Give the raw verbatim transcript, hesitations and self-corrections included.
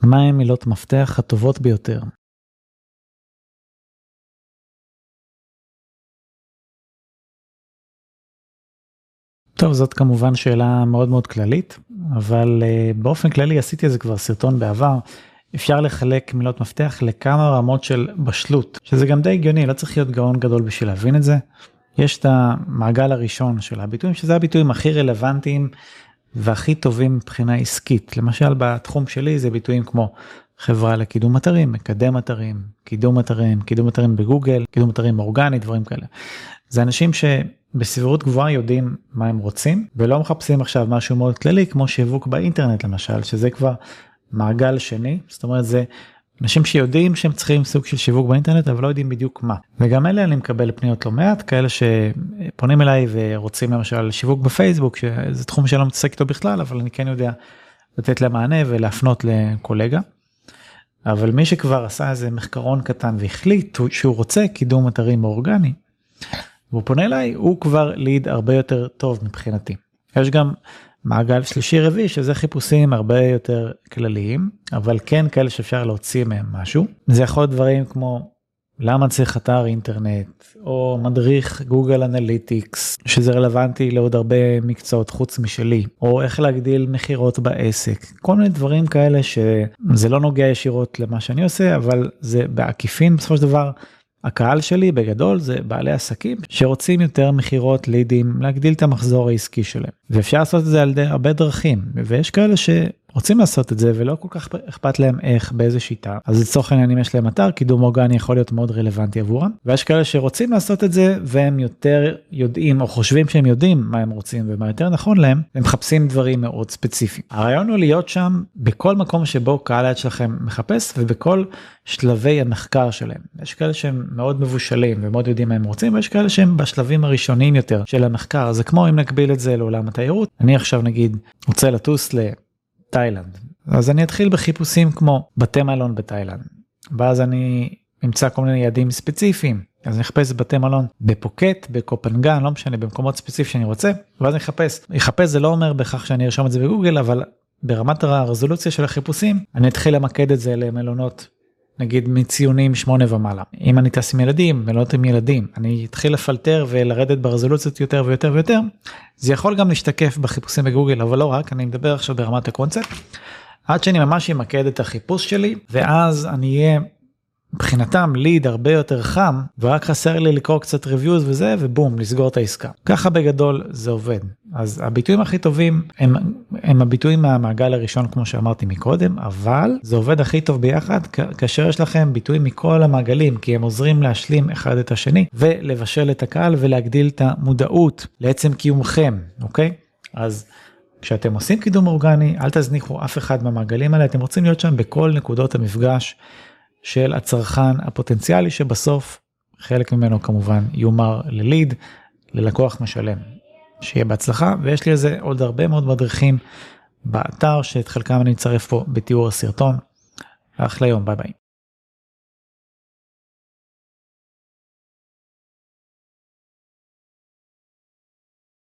מה הם מילות מפתח הטובות ביותר? טוב, זאת כמובן שאלה מאוד מאוד כללית, אבל uh, באופן כללי עשיתי איזה כבר סרטון בעבר, אפשר לחלק מילות מפתח לכמה רמות של בשלות, שזה גם די הגיוני, לא צריך להיות גאון גדול בשביל להבין את זה. יש את המעגל הראשון של הביטויים, שזה הביטויים הכי רלוונטיים והכי טובים מבחינה עסקית. למשל בתחום שלי זה ביטויים כמו חברה לקידום אתרים, מקדם אתרים, קידום אתרים, קידום אתרים בגוגל, קידום אתרים אורגני, דברים כאלה. זה אנשים שבסבירות גבוהה יודעים מה הם רוצים, ולא מחפשים עכשיו משהו מאוד כללי, כמו שיווק באינטרנט למשל, שזה כבר מעגל שני, זאת אומרת זה אנשים שיודעים שהם צריכים סוג של שיווק באינטרנט, אבל לא יודעים בדיוק מה. וגם אלה אני מקבל פניות לא מעט, כאלה שפונים אליי ורוצים למשל שיווק בפייסבוק, שזה תחום שלא מתעסק איתו בכלל, אבל אני כן יודע לתת לה מענה ולהפנות לקולגה. אבל מי שכבר עשה איזה מחקרון קטן והחליט שהוא רוצה קידום אתרים אורגני, והוא פונה אליי, הוא כבר ליד הרבה יותר טוב מבחינתי. יש גם מעגל שלישי רביעי, שזה חיפושים הרבה יותר כלליים, אבל כן כאלה שאפשר להוציא מהם משהו. זה יכול להיות דברים כמו, למה צריך אתר אינטרנט, או מדריך גוגל אנליטיקס, שזה רלוונטי לעוד הרבה מקצועות חוץ משלי, או איך להגדיל מחירות בעסק. כל מיני דברים כאלה שזה לא נוגע ישירות למה שאני עושה, אבל זה בעקיפין בסופו של דבר, הקהל שלי בגדול זה בעלי עסקים שרוצים יותר מחירות לידים, להגדיל את המחזור העסקי שלהם. ואפשר לעשות את זה על די הרבה דרכים, ויש כאלה שרוצים לעשות את זה ולא כל כך אכפת להם איך, באיזה שיטה. אז לצורך העניין יש להם אתר, קידום אורגני יכול להיות מאוד רלוונטי עבורם, ויש כאלה שרוצים לעשות את זה והם יותר יודעים או חושבים שהם יודעים מה הם רוצים ומה יותר נכון להם, הם מחפשים דברים מאוד ספציפיים. הרעיון הוא להיות שם בכל מקום שבו קהל היעד שלכם מחפש ובכל שלבי המחקר שלהם. יש כאלה שהם מאוד מבושלים ומאוד יודעים מה הם רוצים, ויש כאלה שהם בשלבים הראשונים יותר של המחקר. זה כמו אם נקביל את זה לעולם התיירות. אני עכשיו נגיד רוצה לטוס לתאילנד, אז אני אתחיל בחיפושים כמו בתי מלון בתאילנד, ואז אני אמצא כל מיני יעדים ספציפיים, אז אני אחפש בתי מלון בפוקט, בקופנגן, לא משנה, במקומות ספציפיים שאני רוצה, ואז אני אחפש. אחפש זה לא אומר בכך שאני ארשום את זה בגוגל, אבל ברמת הרזולוציה של החיפושים, אני אתחיל למקד את זה למלונות נגיד מציונים שמונה ומעלה. אם אני טס עם ילדים, מלונות עם ילדים, אני אתחיל לפלטר ולרדת ברזולוציות יותר ויותר ויותר, זה יכול גם להשתקף בחיפושים בגוגל, אבל לא רק, אני מדבר עכשיו ברמת הקונספט, עד שאני ממש אמקד את החיפוש שלי, ואז אני אהיה מבחינתם ליד הרבה יותר חם, ורק חסר לי לקרוא קצת ריוויוז וזה, ובום, לסגור את העסקה. ככה בגדול זה עובד. אז הביטויים הכי טובים הם, הם הביטויים מהמעגל הראשון, כמו שאמרתי מקודם, אבל זה עובד הכי טוב ביחד, כאשר יש לכם ביטויים מכל המעגלים, כי הם עוזרים להשלים אחד את השני, ולבשל את הקהל ולהגדיל את המודעות לעצם קיומכם, אוקיי? אז כשאתם עושים קידום אורגני, אל תזניחו אף אחד מהמעגלים האלה, אתם רוצים להיות שם בכל נקודות המפגש, של הצרכן הפוטנציאלי שבסוף חלק ממנו כמובן יומר לליד, ללקוח משלם. שיהיה בהצלחה, ויש לי איזה עוד הרבה מאוד מדריכים באתר, שאת חלקם אני אצרף פה בתיאור הסרטון. אחלה יום, ביי ביי.